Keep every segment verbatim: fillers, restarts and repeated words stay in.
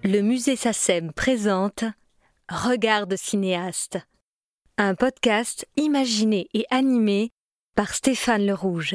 Le musée SACEM présente Regard de cinéaste, un podcast imaginé et animé par Stéphane Le Rouge.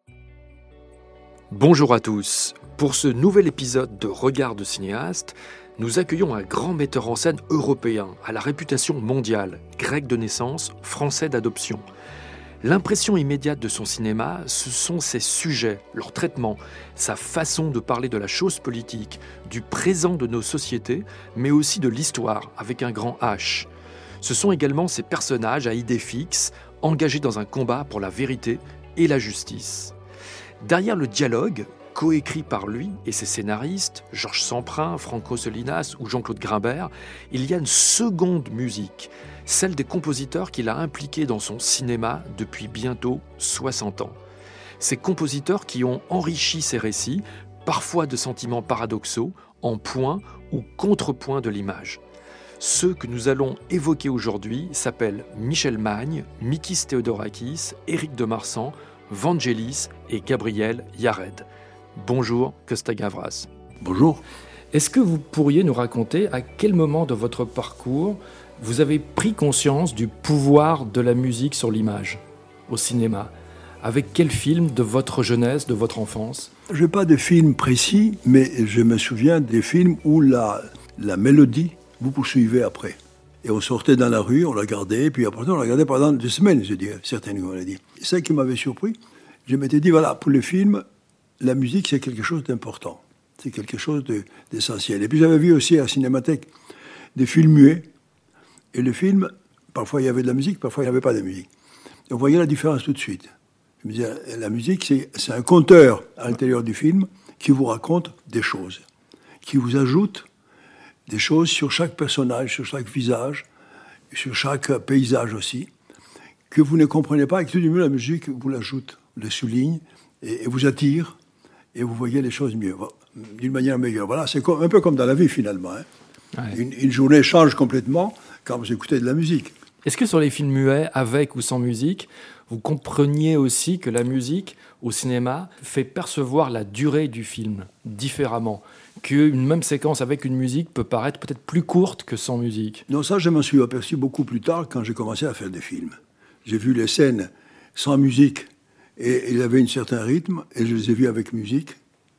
Bonjour à tous. Pour ce nouvel épisode de Regard de cinéaste, nous accueillons un grand metteur en scène européen à la réputation mondiale, grec de naissance, français d'adoption. L'impression immédiate de son cinéma, ce sont ses sujets, leur traitement, sa façon de parler de la chose politique, du présent de nos sociétés, mais aussi de l'histoire avec un grand H. Ce sont également ses personnages à idées fixes, engagés dans un combat pour la vérité et la justice. Derrière le dialogue, coécrit par lui et ses scénaristes, Georges Semprin, Franco Solinas ou Jean-Claude Grimbert, il y a une seconde musique, celle des compositeurs qu'il a impliqués dans son cinéma depuis bientôt soixante ans. Ces compositeurs qui ont enrichi ses récits, parfois de sentiments paradoxaux, en point ou contrepoint de l'image. Ceux que nous allons évoquer aujourd'hui s'appellent Michel Magne, Mikis Theodorakis, Éric de Marsan, Vangelis et Gabriel Yared. Bonjour, Costa Gavras. Bonjour. Est-ce que vous pourriez nous raconter à quel moment de votre parcours vous avez pris conscience du pouvoir de la musique sur l'image, au cinéma? Avec quel film de votre jeunesse, de votre enfance? Je n'ai pas de film précis, mais je me souviens des films où la, la mélodie vous poursuivait après. Et on sortait dans la rue, on la gardait, puis après on la gardait pendant deux semaines, je dis, certaines maladies. C'est ça qui m'avait surpris. Je m'étais dit, voilà, pour le film, la musique, c'est quelque chose d'important. C'est quelque chose de, d'essentiel. Et puis j'avais vu aussi à la Cinémathèque des films muets. Et le film, parfois il y avait de la musique, parfois il n'y avait pas de musique. Et on voyait la différence tout de suite. Je me disais, la musique, c'est, c'est un conteur à l'intérieur du film qui vous raconte des choses, qui vous ajoute des choses sur chaque personnage, sur chaque visage, sur chaque paysage aussi, que vous ne comprenez pas, et que tout du mieux la musique vous l'ajoute, le souligne, et, et vous attire, et vous voyez les choses mieux, d'une manière meilleure. Voilà, c'est comme, un peu comme dans la vie finalement. Hein. Ouais. Une, une journée change complètement quand vous écoutez de la musique. Est-ce que sur les films muets, avec ou sans musique, vous compreniez aussi que la musique, au cinéma, fait percevoir la durée du film différemment, qu'une même séquence avec une musique peut paraître peut-être plus courte que sans musique? Non, ça je m'en suis aperçu beaucoup plus tard quand j'ai commencé à faire des films. J'ai vu les scènes sans musique et il y avait un certain rythme, et je les ai vus avec musique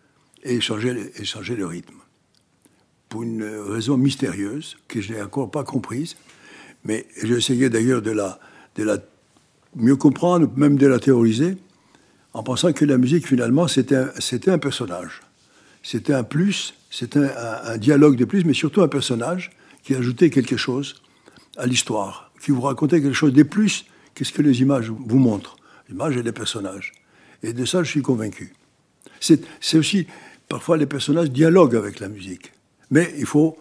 et changer, et changer le rythme. Pour une raison mystérieuse que je n'ai encore pas comprise, mais j'ai essayé d'ailleurs de la, de la mieux comprendre, même de la théoriser, en pensant que la musique, finalement, c'était un, c'était un personnage. C'était un plus, c'était un, un, un dialogue de plus, mais surtout un personnage qui ajoutait quelque chose à l'histoire, qui vous racontait quelque chose de plus que ce que les images vous montrent. L'image et les personnages. Et de ça, je suis convaincu. C'est, c'est aussi, parfois, les personnages dialoguent avec la musique. Mais il faut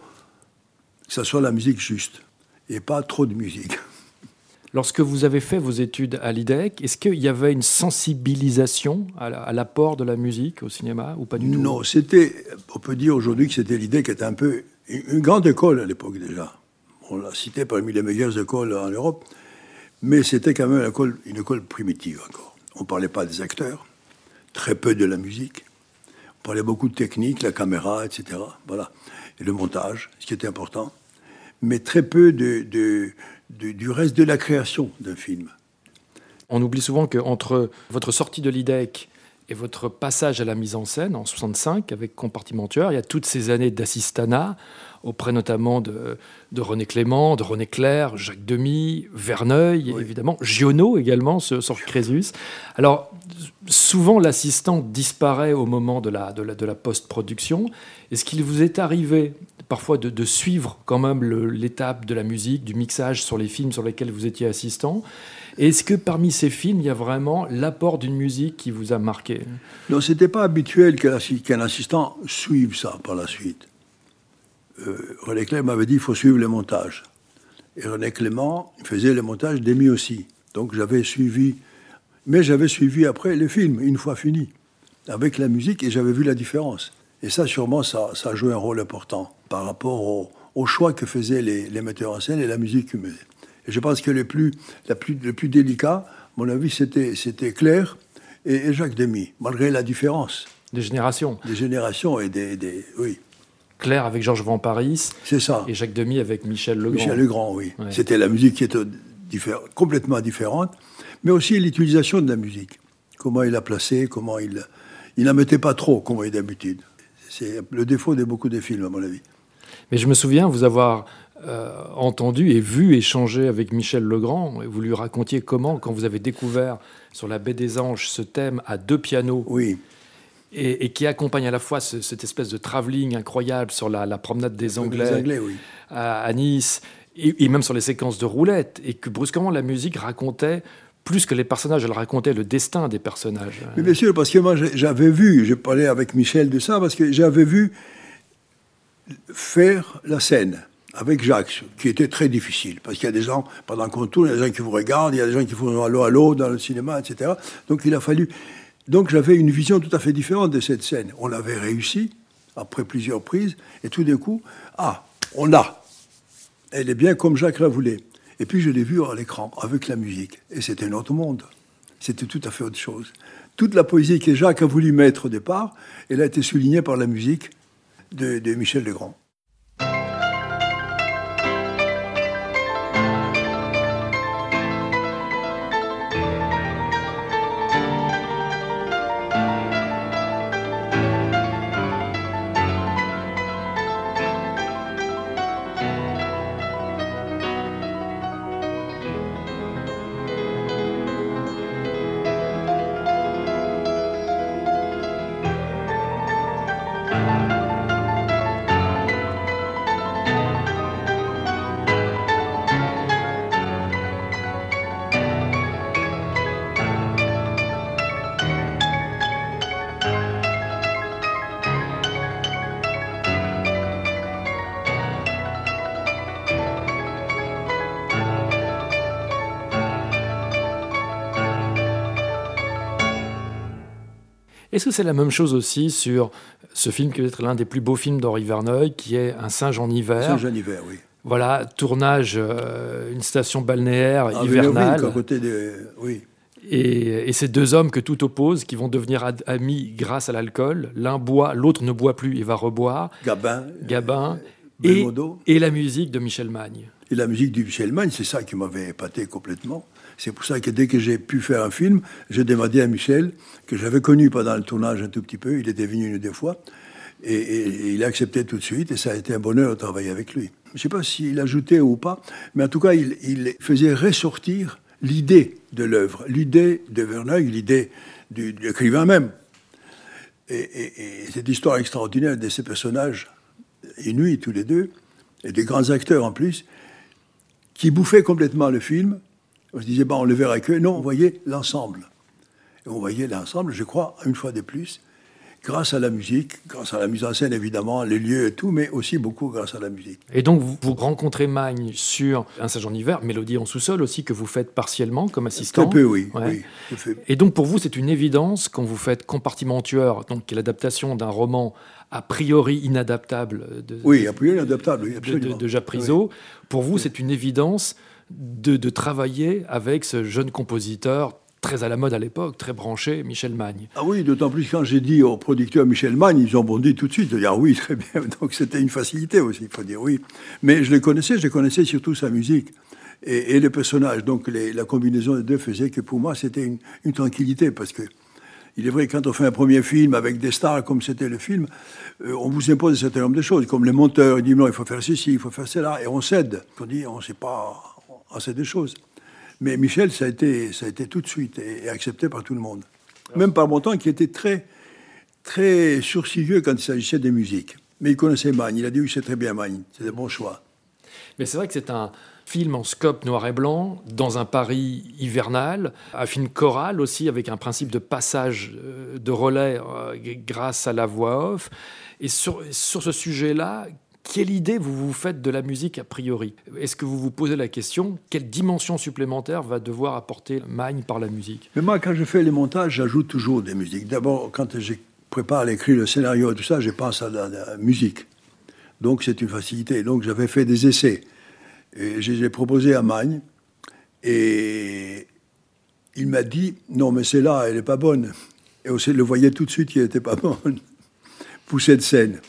que ça soit la musique juste, et pas trop de musique. Lorsque vous avez fait vos études à l'I D E C, est-ce qu'il y avait une sensibilisation à l'apport de la musique au cinéma, ou pas du tout? Non, c'était, on peut dire aujourd'hui que c'était l'I D E C qui était un peu une grande école à l'époque déjà. On l'a cité parmi les meilleures écoles en Europe, mais c'était quand même une école, une école primitive encore. On ne parlait pas des acteurs, très peu de la musique. On parlait beaucoup de technique, la caméra, et cetera. Voilà. Et le montage, ce qui était important. Mais très peu de, de, de, du reste de la création d'un film. On oublie souvent qu'entre votre sortie de l'I D E C et votre passage à la mise en scène en soixante-cinq avec Compartimentuaire, il y a toutes ces années d'assistanat, auprès notamment de, de René Clément, de René Clair, Jacques Demy, Verneuil, oui. Évidemment, Giono également, ce sur Crésus. Alors, souvent, l'assistant disparaît au moment de la, de la, de la post-production. Est-ce qu'il vous est arrivé parfois de, de suivre quand même le, l'étape de la musique, du mixage sur les films sur lesquels vous étiez assistant? Et est-ce que parmi ces films, il y a vraiment l'apport d'une musique qui vous a marqué? Non, ce n'était pas habituel qu'un assistant suive ça par la suite. Euh, René Clair m'avait dit qu'il faut suivre les montages. Et René Clément faisait les montages d'Emi aussi. Donc j'avais suivi, mais j'avais suivi après les films, une fois finis, avec la musique, et j'avais vu la différence. Et ça, sûrement, ça, ça a joué un rôle important par rapport au, au choix que faisaient les, les metteurs en scène et la musique qu'ils mettaient. Et je pense que le plus, la plus, le plus délicat, à mon avis, c'était, c'était Clair et, et Jacques Demy, malgré la différence. Des générations. Des générations et des... des oui. Clair avec Georges Van Paris. C'est ça. Et Jacques Demy avec Michel Legrand. Michel Legrand, oui. Ouais. C'était la musique qui était diffé- complètement différente, mais aussi l'utilisation de la musique. Comment il la plaçait, comment il... Il n'en mettait pas trop, comme d'habitude. C'est le défaut de beaucoup de films, à mon avis. Mais je me souviens vous avoir euh, entendu et vu échanger avec Michel Legrand. Et vous lui racontiez comment, quand vous avez découvert sur La Baie des Anges ce thème à deux pianos, oui. et, et qui accompagne à la fois ce, cette espèce de travelling incroyable sur la, la promenade des Anglais, des Anglais oui. à, à Nice, et, et même sur les séquences de roulettes, et que brusquement la musique racontait, plus que les personnages, elle racontait le destin des personnages. Mais bien sûr, parce que moi j'avais vu, j'ai parlé avec Michel de ça, parce que j'avais vu faire la scène avec Jacques, qui était très difficile, parce qu'il y a des gens, pendant qu'on tourne, il y a des gens qui vous regardent, il y a des gens qui font allô, allô dans le cinéma, et cetera. Donc il a fallu... Donc j'avais une vision tout à fait différente de cette scène. On l'avait réussi, après plusieurs prises, et tout d'un coup, ah, on l'a. Elle est bien comme Jacques la voulait. Et puis je l'ai vue à l'écran, avec la musique. Et c'était un autre monde. C'était tout à fait autre chose. Toute la poésie que Jacques a voulu mettre au départ, elle a été soulignée par la musique de, de Michel Legrand. Est-ce que c'est la même chose aussi sur ce film qui est peut-être l'un des plus beaux films d'Henri Verneuil, qui est Un singe en hiver? Singe en hiver, oui. Voilà, tournage, euh, une station balnéaire à hivernale. Villeneuve, à côté de... Oui. Et, et ces deux hommes que tout oppose, qui vont devenir ad- amis grâce à l'alcool. L'un boit, l'autre ne boit plus et va reboire. Gabin. Gabin. Euh, et, Belmondo. et la musique de Michel Magne. Et la musique de Michel Magne, c'est ça qui m'avait épaté complètement. C'est pour ça que dès que j'ai pu faire un film, j'ai demandé à Michel, que j'avais connu pendant le tournage un tout petit peu, il était venu une ou deux fois, et, et, et il a accepté tout de suite, et ça a été un bonheur de travailler avec lui. Je ne sais pas s'il ajoutait ou pas, mais en tout cas, il, il faisait ressortir l'idée de l'œuvre, l'idée de Verneuil, l'idée du, de l'écrivain même. Et, et, et cette histoire extraordinaire de ces personnages inuits tous les deux, et des grands acteurs en plus, qui bouffaient complètement le film. On se disait, bah, on le verra que. Non, on voyait l'ensemble. Et on voyait l'ensemble, je crois, une fois de plus, grâce à la musique, grâce à la mise en scène, évidemment, les lieux et tout, mais aussi beaucoup grâce à la musique. Et donc, vous, vous rencontrez Magne sur Un singe en hiver, Mélodie en sous-sol aussi, que vous faites partiellement comme assistant. Un peu, oui. Ouais. oui je fais... Et donc, pour vous, c'est une évidence, quand vous faites Compartimentueur, donc, qui est l'adaptation d'un roman a priori inadaptable de, oui, a priori inadaptable, oui, absolument. de, de, de Japrisot. Oui. Pour vous, oui. c'est une évidence de, de travailler avec ce jeune compositeur très à la mode à l'époque, très branché, Michel Magne. Ah oui, d'autant plus quand j'ai dit au producteur Michel Magne, ils ont bondi tout de suite de dire oui, très bien. Donc c'était une facilité aussi, il faut dire oui. Mais je les connaissais, je les connaissais surtout sa musique et, et les personnages. Donc les, la combinaison des deux faisait que pour moi, c'était une, une tranquillité parce que il est vrai que quand on fait un premier film avec des stars comme c'était le film, euh, on vous impose un certain nombre de choses, comme les monteurs, ils disent non, il faut faire ceci, il faut faire cela, et on cède. On dit, on ne sait pas assez de choses. Mais Michel, ça a été, ça a été tout de suite et, et accepté par tout le monde. Même par Montand, qui était très, très sourcilleux quand il s'agissait des musiques. Mais il connaissait Magne, il a dit oui, c'est très bien Magne, c'est un bon choix. Mais c'est vrai que c'est un film en scope noir et blanc, dans un Paris hivernal, un film choral aussi, avec un principe de passage de relais euh, grâce à la voix off. Et sur, sur ce sujet-là, quelle idée vous vous faites de la musique a priori? Est-ce que vous vous posez la question, quelle dimension supplémentaire va devoir apporter Magne par la musique? Mais moi, quand je fais les montages, j'ajoute toujours des musiques. D'abord, quand je prépare, écrit le scénario et tout ça, je pense à la, la musique. Donc c'est une facilité. Donc j'avais fait des essais. Et je les ai proposés à Magne. Et il m'a dit, non, mais celle-là, elle n'est pas bonne. Et on le voyait tout de suite qu'elle n'était pas bonne pour cette scène.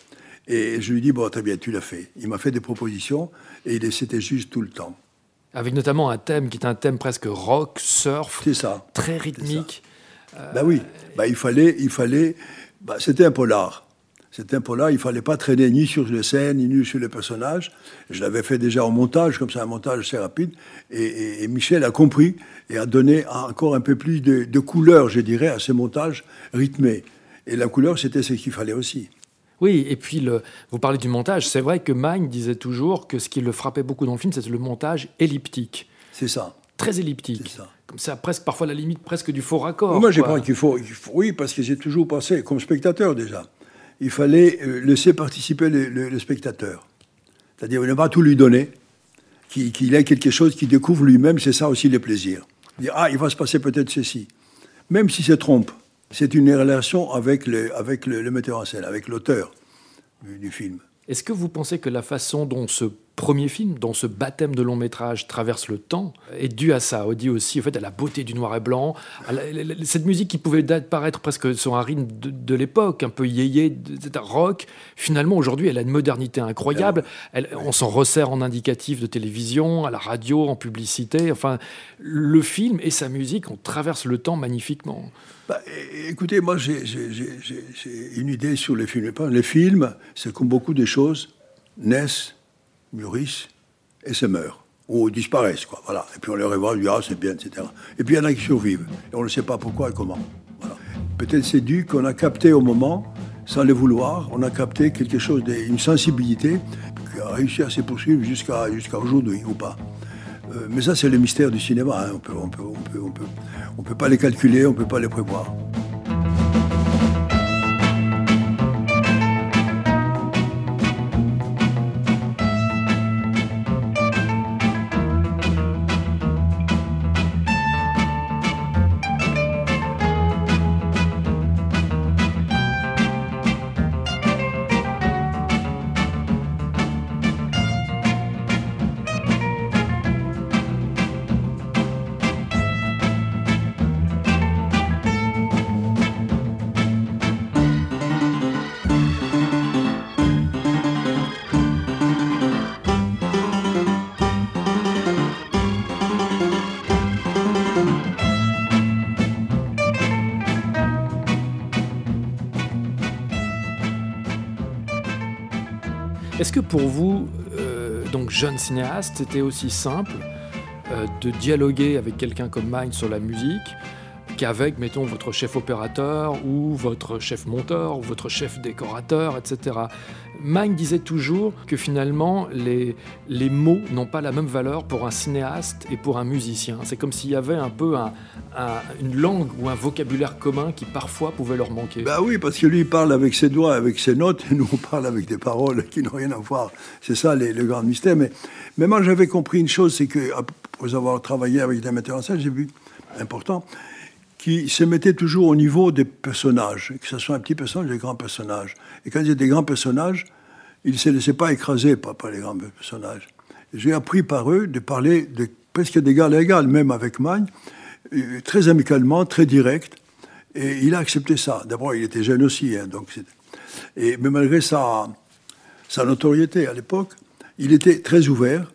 Et je lui dis, bon, très bien, tu l'as fait. Il m'a fait des propositions et il c'était juste tout le temps. Avec notamment un thème qui est un thème presque rock, surf, c'est ça. très rythmique. Euh... Ben oui, ben, il fallait... Il fallait ben, c'était un polar. C'était un polar, il ne fallait pas traîner ni sur les scènes, ni sur les personnages. Je l'avais fait déjà en montage, comme ça, un montage assez rapide. Et, et, et Michel a compris et a donné encore un peu plus de, de couleur, je dirais, à ces montages rythmés. Et la couleur, c'était ce qu'il fallait aussi. Oui, et puis le, vous parlez du montage. C'est vrai que Magne disait toujours que ce qui le frappait beaucoup dans le film, c'était le montage elliptique. C'est ça. Très elliptique. C'est ça. Comme ça, presque, parfois la limite presque du faux raccord. Moi, je pense qu'il faut, qu'il faut... Oui, parce que j'ai toujours pensé, comme spectateur déjà, il fallait laisser participer le, le, le spectateur. C'est-à-dire ne pas tout lui donner, qu'il, qu'il ait quelque chose qu'il découvre lui-même, c'est ça aussi le plaisir. Dire, ah, il va se passer peut-être ceci. Même si se trompe, c'est une relation avec le, avec le, le metteur en scène, avec l'auteur du, du film. Est-ce que vous pensez que la façon dont ce premier film, dont ce baptême de long métrage traverse le temps, est due à ça, due aussi au fait, à la beauté du noir et blanc, à la, la, cette musique qui pouvait paraître presque sur un rythme de, de l'époque, un peu yéyé, rock, finalement aujourd'hui elle a une modernité incroyable, elle, on s'en resserre en indicatif de télévision, à la radio, en publicité, enfin le film et sa musique, on traverse le temps magnifiquement. Bah, écoutez, moi j'ai, j'ai, j'ai, j'ai une idée sur les films. Les films, c'est comme beaucoup de choses, naissent, mûrissent et se meurent, ou disparaissent, quoi. Voilà. Et puis on les revoit, on dit ah c'est bien, et cetera. Et puis il y en a qui survivent, et on ne sait pas pourquoi et comment. Voilà. Peut-être c'est dû qu'on a capté au moment, sans le vouloir, on a capté quelque chose, une sensibilité qui a réussi à se poursuivre jusqu'à, jusqu'à aujourd'hui, ou pas. Euh, mais ça c'est le mystère du cinéma, hein. on peut, on peut, on peut, on peut, on peut pas les calculer, on peut pas les prévoir. Est-ce que pour vous, euh, donc jeune cinéaste, c'était aussi simple euh, de dialoguer avec quelqu'un comme Magne sur la musique qu'avec, mettons, votre chef opérateur ou votre chef monteur ou votre chef décorateur, et cetera. Magne disait toujours que finalement, les, les mots n'ont pas la même valeur pour un cinéaste et pour un musicien. C'est comme s'il y avait un peu un, un, une langue ou un vocabulaire commun qui parfois pouvait leur manquer. Ben oui, parce que lui, il parle avec ses doigts, avec ses notes, et nous, on parle avec des paroles qui n'ont rien à voir. C'est ça les, le grand mystère. Mais, mais moi, j'avais compris une chose, c'est que, après avoir travaillé avec des metteurs en scène, j'ai vu, important, qui se mettait toujours au niveau des personnages, que ce soit un petit personnage ou des grands personnages. Et quand il y a des grands personnages, ils ne se laissaient pas écraser par, par les grands personnages. J'ai appris par eux de parler de presque d'égal à égal, même avec Magne, très amicalement, très direct, et il a accepté ça. D'abord, il était jeune aussi, hein, donc et, mais malgré sa, sa notoriété à l'époque, il était très ouvert.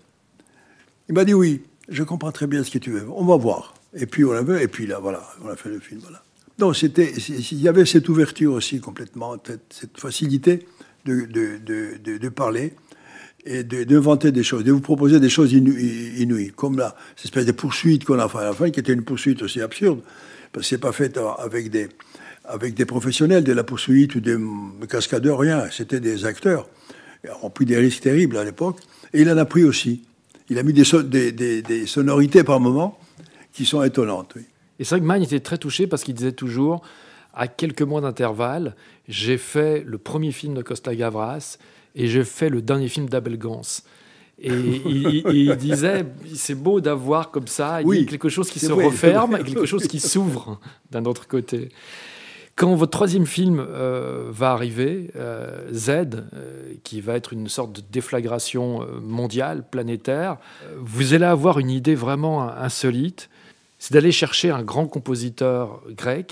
Il m'a dit oui, je comprends très bien ce que tu veux, on va voir. Et puis on avait, et puis là, voilà, on a fait le film, voilà. Donc c'était, il y avait cette ouverture aussi complètement, cette facilité de, de, de, de, de parler et de, d'inventer des choses, de vous proposer des choses inouïes, inouïes comme là, cette espèce de poursuite qu'on a fait à la fin, qui était une poursuite aussi absurde, parce que c'est pas fait avec des, avec des professionnels de la poursuite ou des cascadeurs, rien, c'était des acteurs. Ils ont pris des risques terribles à l'époque, et il en a pris aussi. Il a mis des, so- des, des, des sonorités par moments qui sont étonnantes, oui. Et c'est vrai que Magne était très touché parce qu'il disait toujours, à quelques mois d'intervalle, j'ai fait le premier film de Costa Gavras et j'ai fait le dernier film d'Abel Gans. Et il, il, il disait, c'est beau d'avoir comme ça, oui, quelque chose qui se vrai, referme et quelque chose qui s'ouvre d'un autre côté. Quand votre troisième film euh, va arriver, euh, Z, euh, qui va être une sorte de déflagration mondiale, planétaire, vous allez avoir une idée vraiment insolite, c'est d'aller chercher un grand compositeur grec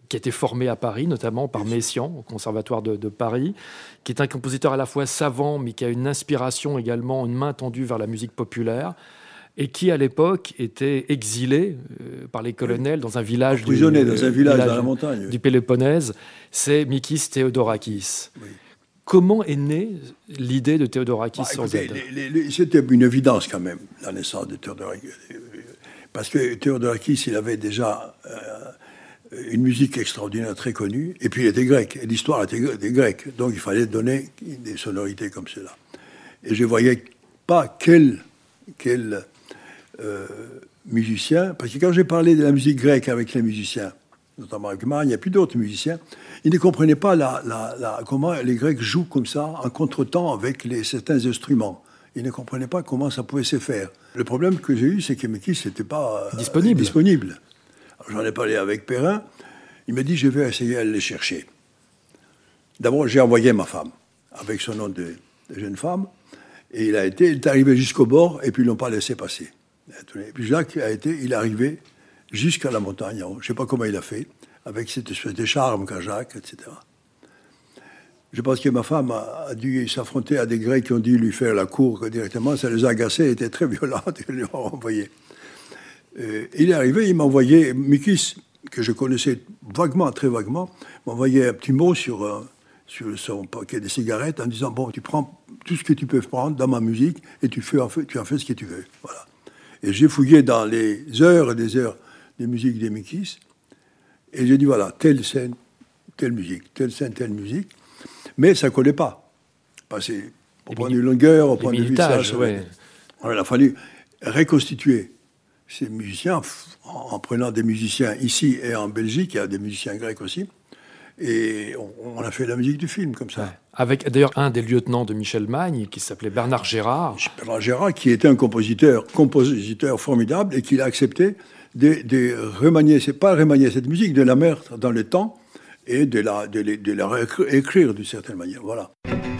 qui a été formé à Paris, notamment par Messiaen, au Conservatoire de, de Paris, qui est un compositeur à la fois savant, mais qui a une inspiration également, une main tendue vers la musique populaire, et qui, à l'époque, était exilé euh, par les colonels dans un village, du, Emprisonné dans un village, village dans la montagne. du Péloponnèse. C'est Mikis Theodorakis. Oui. Comment est née l'idée de Theodorakis bah, sur écoutez, Z les, les, C'était une évidence quand même, la naissance de Theodorakis. Parce que Theodorakis, il avait déjà euh, une musique extraordinaire, très connue, et puis il était grec, et l'histoire était, était grecque. Donc il fallait donner des sonorités comme cela. Et je ne voyais pas quel, quel euh, musicien, parce que quand j'ai parlé de la musique grecque avec les musiciens, notamment avec Marne, il n'y a plus d'autres musiciens, ils ne comprenaient pas la, la, la, comment les Grecs jouent comme ça, en contretemps avec les, certains instruments. Ils ne comprenaient pas comment ça pouvait se faire. Le problème que j'ai eu, c'est que Mikis n'était pas euh, disponible. disponible. Alors, j'en ai parlé avec Perrin. Il m'a dit, je vais essayer d'aller les chercher. D'abord, j'ai envoyé ma femme, avec son nom de, de jeune femme, et il, a été, il est arrivé jusqu'au bord, et puis ils ne l'ont pas laissé passer. Et puis Jacques a été, il est arrivé jusqu'à la montagne. Je ne sais pas comment il a fait, avec cette espèce de charme qu'a Jacques, et cetera. Je pense que ma femme a, a dû s'affronter à des Grecs qui ont dû lui faire la cour directement. Ça les a agacés, elle était très violente, ils lui ont renvoyé. Euh, il est arrivé, il m'a envoyé, Mikis, que je connaissais vaguement, très vaguement, m'a envoyé un petit mot sur, euh, sur son paquet de cigarettes en disant, bon, tu prends tout ce que tu peux prendre dans ma musique et tu, fais, tu en fais ce que tu veux. Voilà. Et j'ai fouillé dans les heures et des heures de musique des Mikis, et j'ai dit, voilà, telle scène, telle musique, telle scène, telle musique. Mais ça ne collait pas. Parce que, au point de vue longueur, au point de vue de ça, ouais. Il a fallu reconstituer ces musiciens en, en prenant des musiciens ici et en Belgique. Il y a des musiciens grecs aussi. Et on, on a fait la musique du film comme ça. Ouais. Avec d'ailleurs un des lieutenants de Michel Magne qui s'appelait Bernard Gérard. Bernard Gérard, qui était un compositeur, compositeur formidable et qui a accepté de, de remanier, c'est pas remanier cette musique, de la mettre dans le temps et de la, de, de la réécrire d'une certaine manière. Voilà.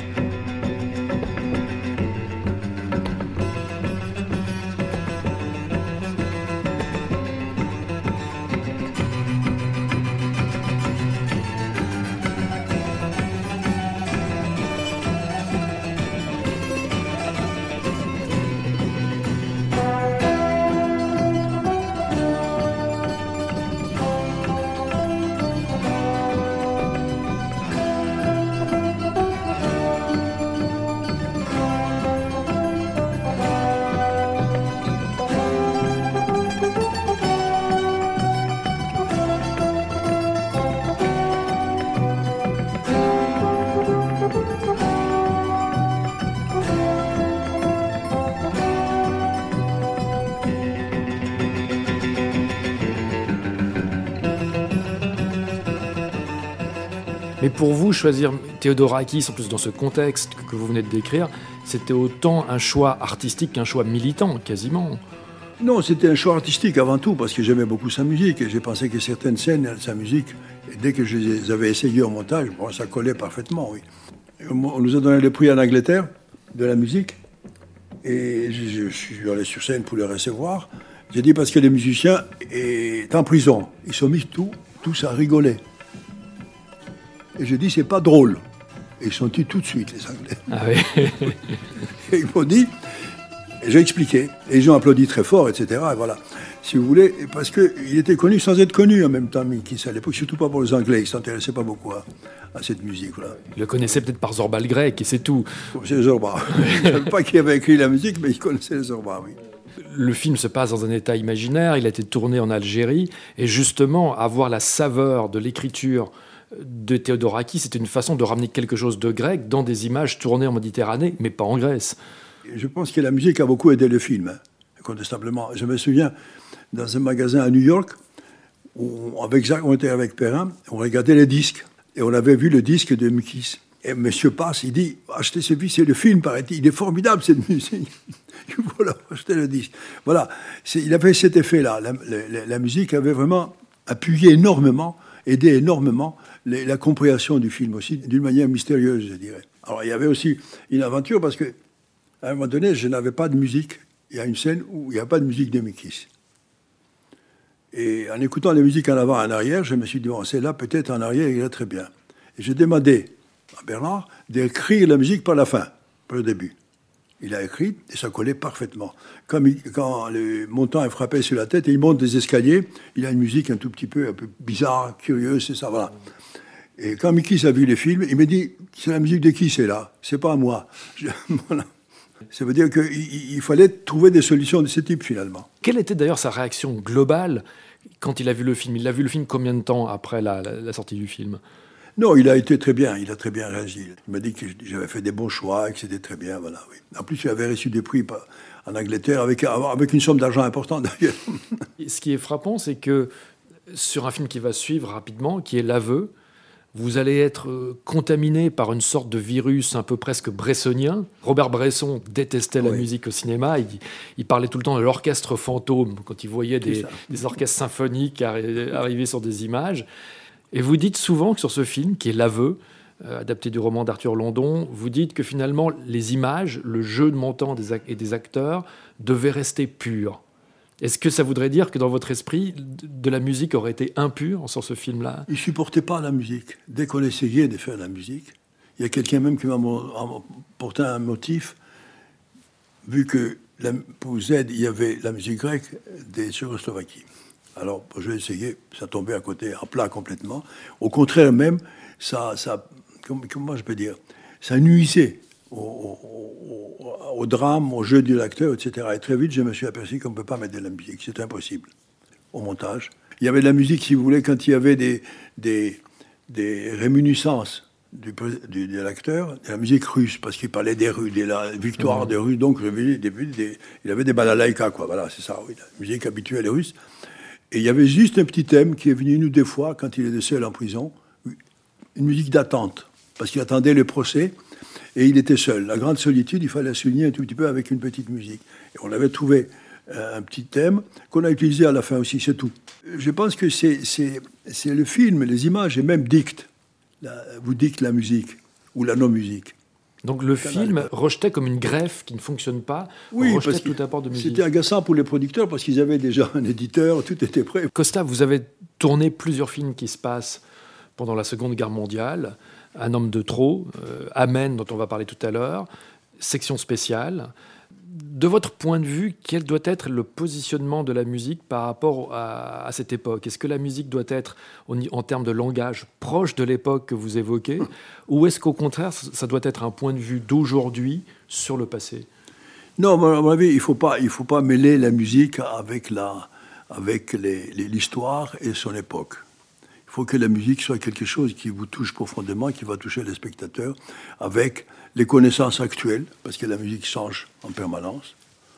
Mais pour vous, choisir Theodorakis, en plus dans ce contexte que vous venez de décrire, c'était autant un choix artistique qu'un choix militant, quasiment. Non, c'était un choix artistique avant tout, parce que j'aimais beaucoup sa musique, et j'ai pensé que certaines scènes, sa musique, dès que je les avais essayées au montage, bon, ça collait parfaitement, oui. On nous a donné le prix en Angleterre de la musique, et je, je suis allé sur scène pour le recevoir. J'ai dit, parce que les musiciens étaient en prison, ils sont mis tout, tous à rigoler. Et j'ai dit, c'est pas drôle. Et ils sont dit tout de suite, les Anglais. Ah oui. Et ils m'ont dit, et j'ai expliqué. Et ils ont applaudi très fort, et cetera. Et voilà. Si vous voulez, parce qu'il était connu sans être connu en même temps, Mikis, à l'époque, surtout pas pour les Anglais. Ils ne s'intéressaient pas beaucoup à, à cette musique. Voilà. Ils le connaissaient peut-être par Zorba le grec, et c'est tout. C'est Zorba. Je ne savais pas qui avait écrit la musique, mais ils connaissaient Zorba, oui. Le film se passe dans un état imaginaire. Il a été tourné en Algérie. Et justement, avoir la saveur de l'écriture de Theodorakis, c'était une façon de ramener quelque chose de grec dans des images tournées en Méditerranée, mais pas en Grèce. Je pense que la musique a beaucoup aidé le film, hein, incontestablement. Je me souviens, dans un magasin à New York, où, avec Jacques, on était avec Perrin, on regardait les disques, et on avait vu le disque de Mikis. Et monsieur passe, il dit, achetez ce disque, c'est le film, paraît-il, il est formidable cette musique. Voilà, achetez le disque. Voilà, c'est, il avait cet effet-là. La, la, la musique avait vraiment appuyé énormément, aidé énormément les, la compréhension du film aussi, d'une manière mystérieuse, je dirais. Alors, il y avait aussi une aventure, parce que à un moment donné, je n'avais pas de musique. Il y a une scène où il n'y a pas de musique de Mikis. Et en écoutant les musiques en avant et en arrière, je me suis dit, bon, celle-là, peut-être en arrière, il est très bien. Et j'ai demandé à Bernard d'écrire la musique par la fin, par le début. Il a écrit et ça collait parfaitement. Comme il, quand le montant est frappé sur la tête et il monte des escaliers, il a une musique un tout petit peu, un peu bizarre, curieuse, c'est ça, voilà. Et quand Mikis a vu les films, il m'a dit, c'est la musique de qui c'est là? C'est pas à moi. Je, voilà. Ça veut dire qu'il il fallait trouver des solutions de ce type, finalement. Quelle était d'ailleurs sa réaction globale quand il a vu le film? Il a vu le film combien de temps après la, la, la sortie du film? Non, il a été très bien, il a très bien réagi. Il m'a dit que j'avais fait des bons choix et que c'était très bien, voilà, oui. En plus, il avait reçu des prix en Angleterre avec, avec une somme d'argent importante, d'ailleurs. Ce qui est frappant, c'est que sur un film qui va suivre rapidement, qui est L'Aveu, vous allez être contaminé par une sorte de virus un peu presque bressonien. Robert Bresson détestait la oui. musique au cinéma. Il, il parlait tout le temps de l'orchestre fantôme quand il voyait des, des orchestres symphoniques arri- arriver sur des images. Et vous dites souvent que sur ce film, qui est L'Aveu, euh, adapté du roman d'Arthur London, vous dites que finalement, les images, le jeu de montant des ac- et des acteurs devaient rester purs. Est-ce que ça voudrait dire que dans votre esprit, de la musique aurait été impure sur ce film-là? Il ne supportait pas la musique. Dès qu'on essayait de faire la musique, il y a quelqu'un même qui m'a porté un motif, vu que la, pour Z, il y avait la musique grecque des Tchécoslovaquie. Alors, je l'ai essayé, ça tombait à côté, à plat complètement. Au contraire même, ça, ça comment je peux dire, ça nuisait au, au, au drame, au jeu de l'acteur, et cetera. Et très vite, je me suis aperçu qu'on ne peut pas mettre de la musique, c'est impossible. Au montage, il y avait de la musique, si vous voulez, quand il y avait des, des, des réminiscences du, du, de l'acteur, de la musique russe, parce qu'il parlait des Russes, de la victoire mmh. des Russes, donc des, des, des, il avait des balalaïkas, quoi, voilà, c'est ça, oui, la musique habituelle des Russes. Et il y avait juste un petit thème qui est venu nous des fois, quand il était seul en prison, une musique d'attente, parce qu'il attendait le procès, et il était seul. La grande solitude, il fallait la souligner un tout petit peu avec une petite musique. Et on avait trouvé euh, un petit thème qu'on a utilisé à la fin aussi, c'est tout. Je pense que c'est, c'est, c'est le film, les images, et même dictent, la, vous dictent la musique, ou la non-musique. Donc le film rejetait comme une greffe qui ne fonctionne pas, oui, rejetait parce tout apport de musique. C'était agaçant pour les producteurs parce qu'ils avaient déjà un éditeur, tout était prêt. Costa, vous avez tourné plusieurs films qui se passent pendant la Seconde Guerre mondiale. Un homme de trop, euh, Amen, dont on va parler tout à l'heure, Section spéciale. De votre point de vue, quel doit être le positionnement de la musique par rapport à, à cette époque? Est-ce que la musique doit être, en, en termes de langage, proche de l'époque que vous évoquez, ou est-ce qu'au contraire, ça doit être un point de vue d'aujourd'hui sur le passé? Non, à mon avis, il ne faut pas, il faut pas mêler la musique avec, la, avec les, les, l'histoire et son époque. Il faut que la musique soit quelque chose qui vous touche profondément, qui va toucher les spectateurs, avec les connaissances actuelles, parce que la musique change en permanence.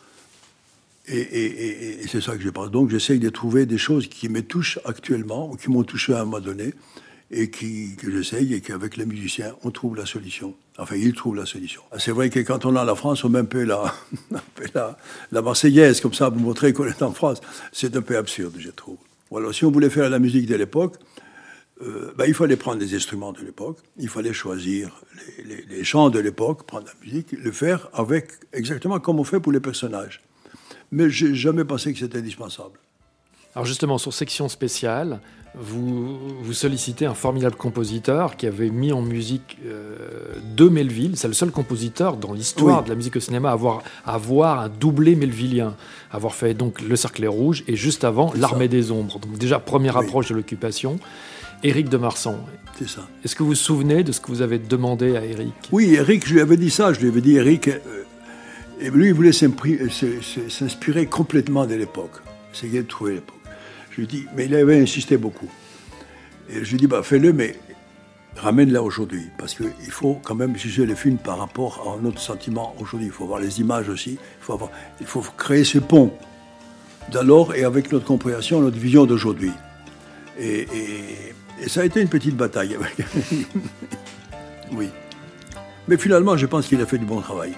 Et, et, et, et c'est ça que je pense. Donc j'essaye de trouver des choses qui me touchent actuellement, ou qui m'ont touché à un moment donné, et qui, que j'essaye, et qu'avec les musiciens, on trouve la solution. Enfin, ils trouvent la solution. C'est vrai que quand on est en la France, on met un peu la, un peu la, la Marseillaise, comme ça, pour montrer qu'on est en France. C'est un peu absurde, je trouve. Voilà, si on voulait faire la musique de l'époque, Euh, ben, il fallait prendre les instruments de l'époque, il fallait choisir les, les, les chants de l'époque, prendre la musique, le faire avec exactement comme on fait pour les personnages. Mais je n'ai jamais pensé que c'était indispensable. Alors justement, sur Section spéciale, vous, vous sollicitez un formidable compositeur qui avait mis en musique euh, deux Melville. C'est le seul compositeur dans l'histoire oui. de la musique au cinéma à avoir, à avoir un doublé melvillien, à avoir fait donc Le Cercle Rouge et juste avant C'est L'Armée ça. des Ombres. Donc déjà, première oui. approche de l'occupation. Éric de Marsan. C'est ça. Est-ce que vous vous souvenez de ce que vous avez demandé à Éric? Oui, Éric, je lui avais dit ça. Je lui avais dit, Éric, euh, et lui, il voulait s'inspirer complètement de l'époque. Essayer de trouver l'époque. Je lui ai dit, mais il avait insisté beaucoup. Et je lui ai dit, bah, fais-le, mais ramène-la aujourd'hui. Parce qu'il faut quand même juger les films par rapport à notre sentiment aujourd'hui. Il faut voir les images aussi. Il faut, avoir, il faut créer ce pont d'alors et avec notre compréhension, notre vision d'aujourd'hui. Et, et, et ça a été une petite bataille. Oui. Mais finalement, je pense qu'il a fait du bon travail.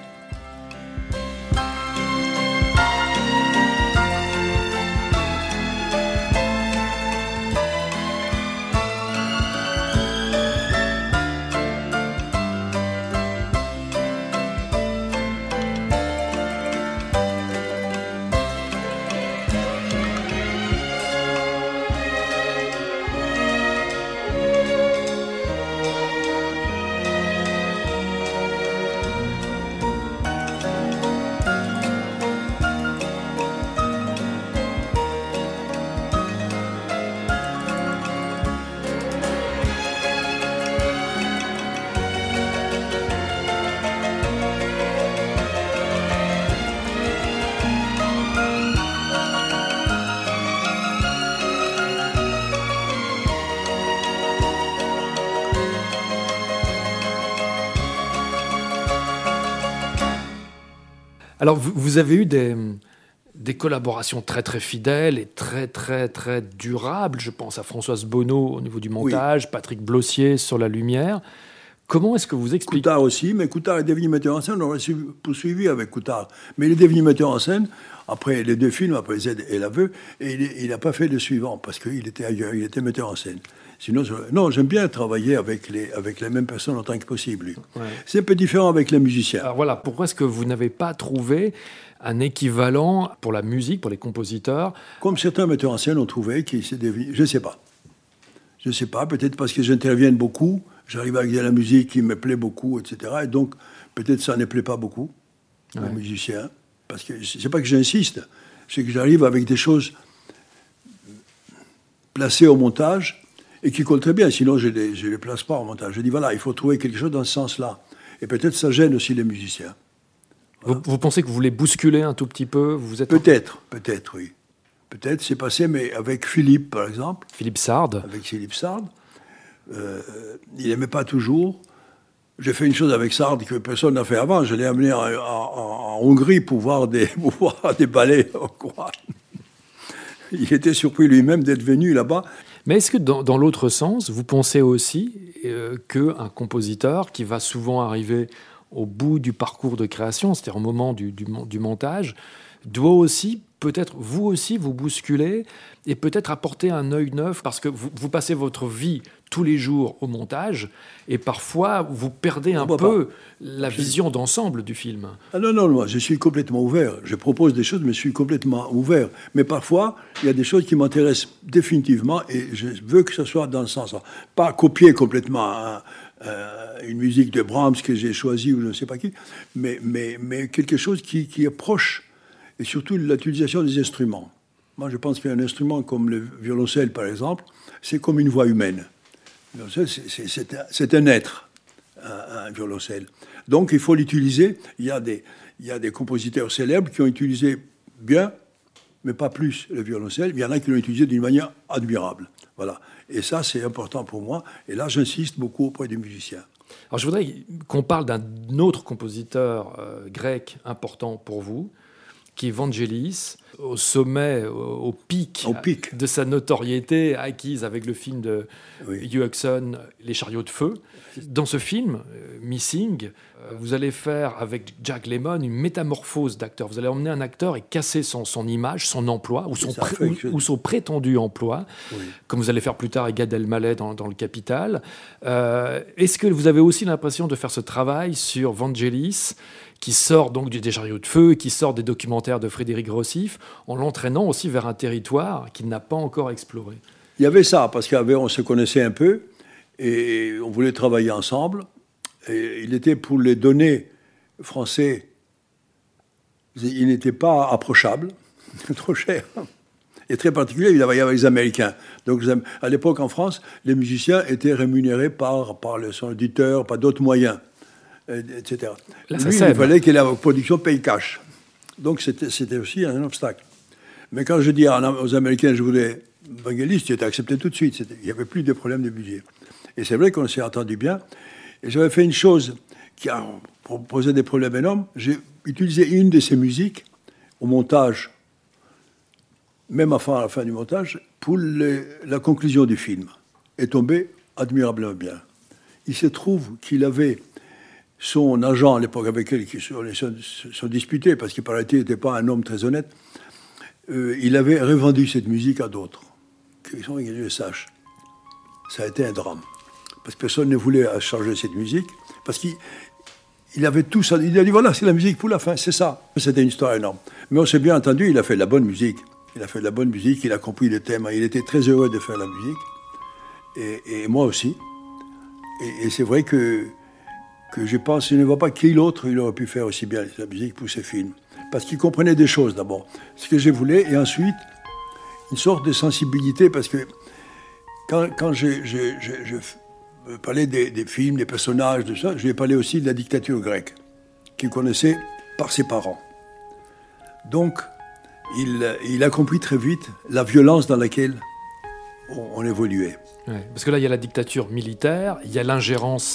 Alors, vous, vous avez eu des, des collaborations très, très fidèles et très, très, très durables. Je pense à Françoise Bonneau au niveau du montage, oui. Patrick Blossier sur la lumière. Comment est-ce que vous expliquez... Coutard aussi, mais Coutard est devenu metteur en scène, on aurait poursuivi avec Coutard. Mais il est devenu metteur en scène, après les deux films, après Z et L'Aveu, et il n'a pas fait le suivant, parce qu'il était ailleurs, il était metteur en scène. Sinon, je... non, j'aime bien travailler avec les, avec les mêmes personnes autant que possible. Ouais. C'est un peu différent avec les musiciens. Alors voilà, pourquoi est-ce que vous n'avez pas trouvé un équivalent pour la musique, pour les compositeurs? Comme certains metteurs en scène ont trouvé, qui s'est devenu... je ne sais pas. Je ne sais pas, peut-être parce que j'interviens beaucoup, j'arrive avec de la musique qui me plaît beaucoup, et cetera. Et donc, peut-être ça ne plaît pas beaucoup aux ouais. musiciens. Parce que c'est pas que j'insiste, c'est que j'arrive avec des choses placées au montage et qui collent très bien. Sinon, je ne les, je les place pas au montage. Je dis, voilà, il faut trouver quelque chose dans ce sens-là. Et peut-être ça gêne aussi les musiciens. Voilà. Vous, vous pensez que vous voulez bousculer un tout petit peu vous êtes Peut-être, un... peut-être, oui. Peut-être, c'est passé, mais avec Philippe, par exemple. Philippe Sard. Avec Philippe Sard. Euh, il n'aimait pas toujours. J'ai fait une chose avec Sard que personne n'a fait avant. Je l'ai amené en, en, en Hongrie pour voir des, pour voir des ballets hongrois. Il était surpris lui-même d'être venu là-bas. Mais est-ce que dans, dans l'autre sens, vous pensez aussi euh, qu'un compositeur qui va souvent arriver au bout du parcours de création, c'est-à-dire au moment du, du, du montage, doit aussi, peut-être vous aussi, vous bousculer et peut-être apporter un œil neuf, parce que vous, vous passez votre vie tous les jours au montage et parfois vous perdez un peu pas. la vision d'ensemble du film. Ah non, non, moi je suis complètement ouvert. Je propose des choses, mais je suis complètement ouvert. Mais parfois, il y a des choses qui m'intéressent définitivement et je veux que ce soit dans le sens. Pas copier complètement un, euh, une musique de Brahms que j'ai choisie ou je ne sais pas qui, mais, mais, mais quelque chose qui, qui est proche. Et surtout l'utilisation des instruments. Moi, je pense qu'un instrument comme le violoncelle, par exemple, c'est comme une voix humaine. Le violoncelle, c'est, c'est, c'est, un, c'est un être, un, un violoncelle. Donc, il faut l'utiliser. Il y a des, il y a des compositeurs célèbres qui ont utilisé bien, mais pas plus, le violoncelle. Il y en a qui l'ont utilisé d'une manière admirable. Voilà. Et ça, c'est important pour moi. Et là, j'insiste beaucoup auprès des musiciens. Alors, je voudrais qu'on parle d'un autre compositeur euh, grec important pour vous, qui est Vangelis, au sommet, au, au, pic, au pic de sa notoriété acquise avec le film de oui. Hugh Jackman, Les chariots de feu. Dans ce film, euh, Missing, euh, vous allez faire avec Jack Lemmon une métamorphose d'acteur. Vous allez emmener un acteur et casser son, son image, son emploi, ou son, pré, ou, ou son prétendu emploi, oui. comme vous allez faire plus tard avec Gad Elmaleh dans, dans Le Capital. Euh, est-ce que vous avez aussi l'impression de faire ce travail sur Vangelis, qui sort donc des chariots de feu, qui sort des documentaires de Frédéric Rossif, en l'entraînant aussi vers un territoire qu'il n'a pas encore exploré? Il y avait ça, parce qu'on se connaissait un peu, et on voulait travailler ensemble. Et il était pour les données français, il n'était pas approchable, trop cher, et très particulier, il travaillait avec les Américains. Donc à l'époque en France, les musiciens étaient rémunérés par, par le, son auditeur, par d'autres moyens, et cetera. Là, Lui, il fallait que la production paye cash. Donc c'était, c'était aussi un obstacle. Mais quand je dis aux Américains, je voulais Vangelis, il était accepté tout de suite. C'était, il n'y avait plus de problème de budget. Et c'est vrai qu'on s'est entendu bien. Et j'avais fait une chose qui a posé des problèmes énormes. J'ai utilisé une de ses musiques au montage, même à la fin du montage, pour les, la conclusion du film. Et tombé admirablement bien. Il se trouve qu'il avait son agent à l'époque avec lequel ils se sont disputés, parce qu'il paraît qu'il n'était pas un homme très honnête, euh, il avait revendu cette musique à d'autres. Que je le sache. Ça a été un drame. Parce que personne ne voulait changer cette musique. Parce qu'il il avait tout ça. Il a dit, voilà, c'est la musique pour la fin, c'est ça. C'était une histoire énorme. Mais on s'est bien entendu, il a fait de la bonne musique. Il a fait de la bonne musique, il a compris le thème. Il était très heureux de faire la musique. Et, et moi aussi. Et, et c'est vrai que, que je pense, je ne vois pas qui l'autre, il aurait pu faire aussi bien la musique pour ses films. Parce qu'il comprenait des choses d'abord. Ce que je voulais, et ensuite, une sorte de sensibilité, parce que quand, quand je, je, je, je parlais des, des films, des personnages, de ça, je lui ai parlé aussi de la dictature grecque, qu'il connaissait par ses parents. Donc, il, il a compris très vite la violence dans laquelle on, on évoluait. Ouais, parce que là, il y a la dictature militaire, il y a l'ingérence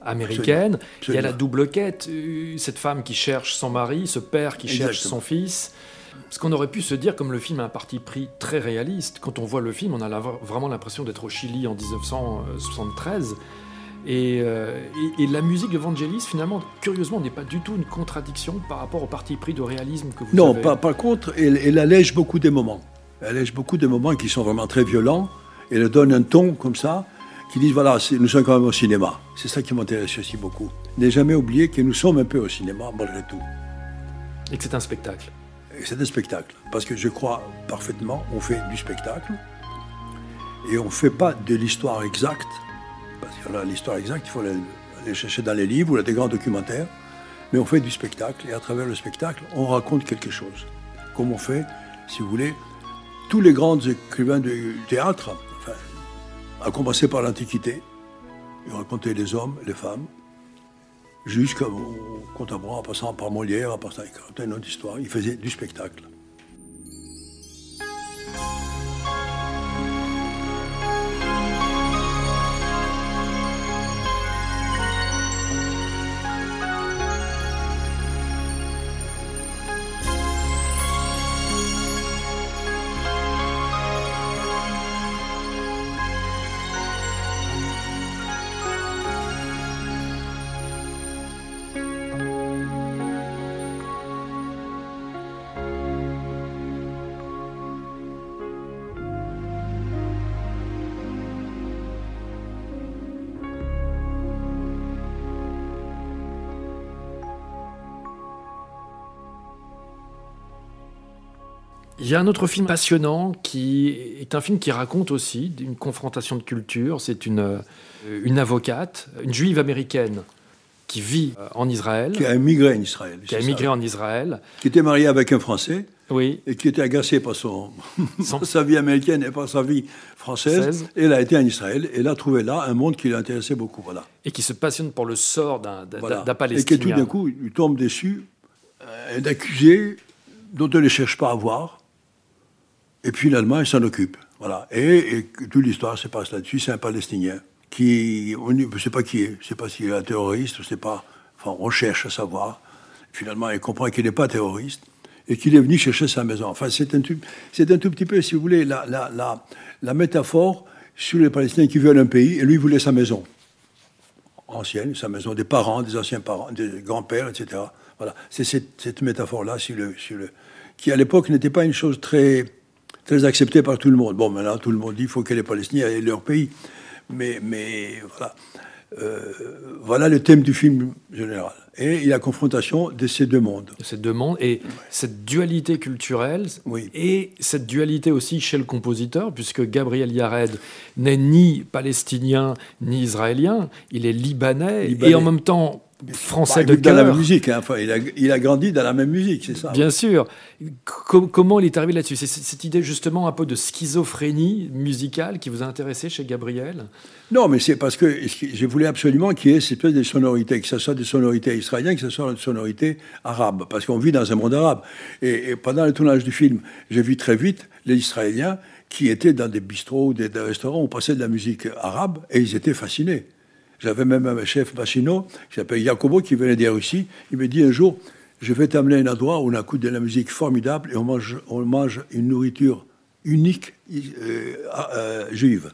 américaine. Absolument. Il y a la double quête, cette femme qui cherche son mari, ce père qui Exactement. cherche son fils. Ce qu'on aurait pu se dire, comme le film a un parti pris très réaliste, quand on voit le film, on a la, vraiment l'impression d'être au Chili en dix-neuf cent soixante-treize. Et, euh, et, et la musique de Vangelis, finalement, curieusement, n'est pas du tout une contradiction par rapport au parti pris de réalisme que vous non, avez. Non, par, par contre, elle, elle allège beaucoup des moments. Elle allège beaucoup des moments qui sont vraiment très violents. Et elle donne un ton comme ça, qui dit, voilà, nous sommes quand même au cinéma. C'est ça qui m'intéresse aussi beaucoup. Ne jamais oublier que nous sommes un peu au cinéma, malgré tout. Et que c'est un spectacle. Et c'est un spectacle. Parce que je crois parfaitement, on fait du spectacle. Et on ne fait pas de l'histoire exacte. Parce que là, l'histoire exacte, il faut aller chercher dans les livres ou dans des grands documentaires. Mais on fait du spectacle. Et à travers le spectacle, on raconte quelque chose. Comme on fait, si vous voulez, tous les grands écrivains du théâtre, enfin, à commencer par l'Antiquité, ils racontaient les hommes, les femmes, jusqu'au contemporain, en passant par Molière, en passant par une autre histoire. Ils faisaient du spectacle. Il y a un autre film passionnant qui est un film qui raconte aussi une confrontation de cultures. C'est une, une avocate, une juive américaine qui vit en Israël. Qui a immigré en Israël. Qui a immigré en Israël. Qui était mariée avec un Français. Oui. Et qui était agacé par son, son... sa vie américaine et par sa vie française. seize. Et elle a été en Israël. Et elle a trouvé là un monde qui l'intéressait beaucoup. Voilà. Et qui se passionne pour le sort d'un, d'un, voilà. d'un Palestinien. Et qui tout d'un coup, il tombe dessus euh, d'accusés dont elle ne cherche pas à voir. Et puis finalement, il s'en occupe. Voilà. Et, et toute l'histoire se passe là-dessus. C'est un Palestinien qui, on ne sait pas qui est, on ne sait pas s'il est un terroriste, on ne sait pas. Enfin, on cherche à savoir. Finalement, il comprend qu'il n'est pas terroriste et qu'il est venu chercher sa maison. Enfin, c'est un, c'est un tout petit peu, si vous voulez, la, la, la, la métaphore sur les Palestiniens qui veulent un pays, et lui, il voulait sa maison ancienne, sa maison des parents, des anciens parents, des grands-pères, et cetera. Voilà. C'est cette, cette métaphore-là sur le, sur le, qui, à l'époque, n'était pas une chose très... très accepté par tout le monde. Bon, maintenant, tout le monde dit qu'il faut que les Palestiniens aient leur pays. Mais, mais voilà. Euh, voilà le thème du film général. Et il y a la confrontation de ces deux mondes. De ces deux mondes. Et ouais. Cette dualité culturelle, oui. Et cette dualité aussi chez le compositeur, puisque Gabriel Yared n'est ni palestinien, ni israélien. Il est libanais, libanais. Et en même temps... français bah, de dans cœur. la même musique, hein. Enfin, il, a, il a grandi dans la même musique, c'est ça. Bien sûr. Com- comment il est arrivé là-dessus ? C'est cette idée justement un peu de schizophrénie musicale qui vous a intéressé chez Gabriel ? Non, mais c'est parce que je voulais absolument qu'il y ait cette espèce de sonorités, que ce soit des sonorités israéliennes, que ce soit des sonorités arabes, parce qu'on vit dans un monde arabe. Et, et pendant le tournage du film, j'ai vu très vite les Israéliens qui étaient dans des bistrots ou des, des restaurants où on passait de la musique arabe, et ils étaient fascinés. J'avais même un chef Machino, qui s'appelle Jacobo, qui venait de Russie. Il me dit un jour, je vais t'amener à un endroit où on écoute de la musique formidable et on mange, on mange une nourriture unique euh, euh, juive.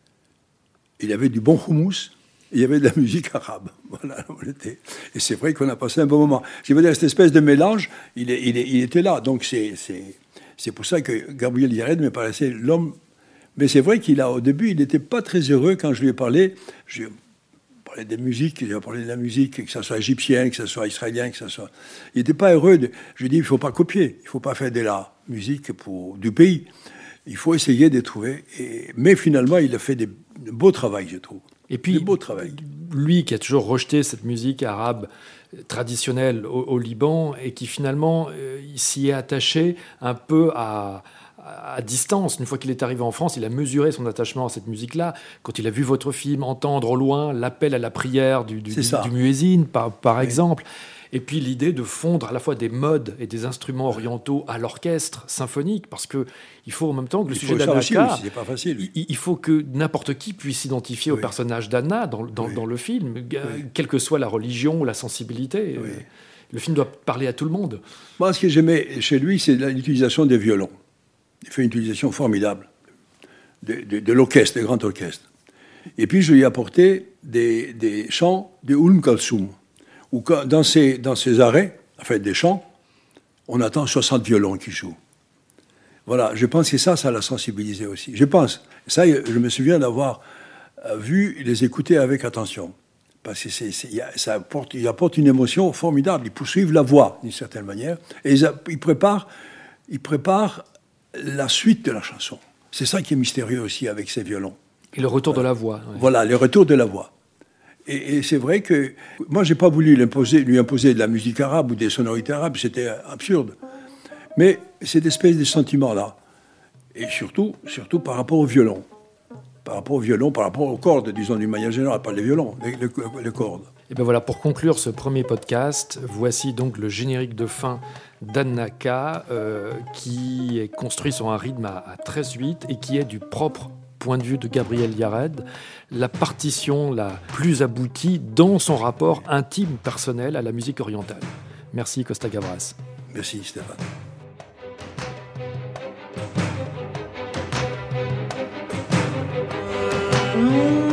Il y avait du bon houmous, et il y avait de la musique arabe. Voilà, on était. Et c'est vrai qu'on a passé un bon moment. Je veux dire, cette espèce de mélange, il, est, il, est, il était là. Donc c'est, c'est, c'est pour ça que Gabriel Yared me paraissait l'homme. Mais c'est vrai qu'il a, au début, il n'était pas très heureux quand je lui ai parlé. Je, parlait des musiques, il a parlé de la musique, que ce soit égyptienne, que ce soit israélien, que ce soit... Il n'était pas heureux. De... Je lui ai dit, il ne faut pas copier, il ne faut pas faire de la musique pour... du pays. Il faut essayer de trouver. Et... Mais finalement, il a fait des... de beaux travail, je trouve. Et puis, lui qui a toujours rejeté cette musique arabe traditionnelle au, au Liban et qui finalement euh, il s'y est attaché un peu à... à distance. Une fois qu'il est arrivé en France, il a mesuré son attachement à cette musique-là. Quand il a vu votre film, entendre au loin l'appel à la prière du, du, du, du muezzin, par, par oui. exemple. Et puis l'idée de fondre à la fois des modes et des instruments orientaux à l'orchestre symphonique, parce que il faut en même temps que le il sujet faut ça d'Anna aussi, K, oui, c'est pas facile. il, il faut que n'importe qui puisse s'identifier Oui. au personnage d'Anna dans, dans, Oui. dans le film, Oui. quelle que soit la religion ou la sensibilité. Oui. Le film doit parler à tout le monde. Moi, ce que j'aimais chez lui, c'est l'utilisation des violons. Il fait une utilisation formidable de, de, de l'orchestre, des grands orchestres. Et puis, je lui ai apporté des, des chants de Umm Kalsoum, où quand, dans, ces, dans ces arrêts, enfin des chants, on attend soixante violons qui jouent. Voilà, je pense que ça, ça l'a sensibilisé aussi. Je pense. Ça, je me souviens d'avoir vu, les écouter avec attention. Parce que c'est, c'est, ça apporte, il apporte une émotion formidable. Ils poursuivent la voix, d'une certaine manière. Et ils, ils, préparent, ils préparent la suite de la chanson. C'est ça qui est mystérieux aussi avec ces violons. Et le retour voilà. de la voix. Ouais. Voilà, le retour de la voix. Et, et c'est vrai que moi, je n'ai pas voulu lui imposer, lui imposer de la musique arabe ou des sonorités arabes. C'était absurde. Mais cette espèce de sentiment-là, et surtout, surtout par rapport au violon. Par rapport au violon, par rapport aux cordes, disons d'une manière générale, pas les violons, les, les, les cordes. Et bien voilà, pour conclure ce premier podcast, voici donc le générique de fin d'Anna K, euh, qui est construit sur un rythme à, à treize huit et qui est du propre point de vue de Gabriel Yared, la partition la plus aboutie dans son rapport intime, personnel à la musique orientale. Merci Costa Gavras. Merci Stéphane. Mm.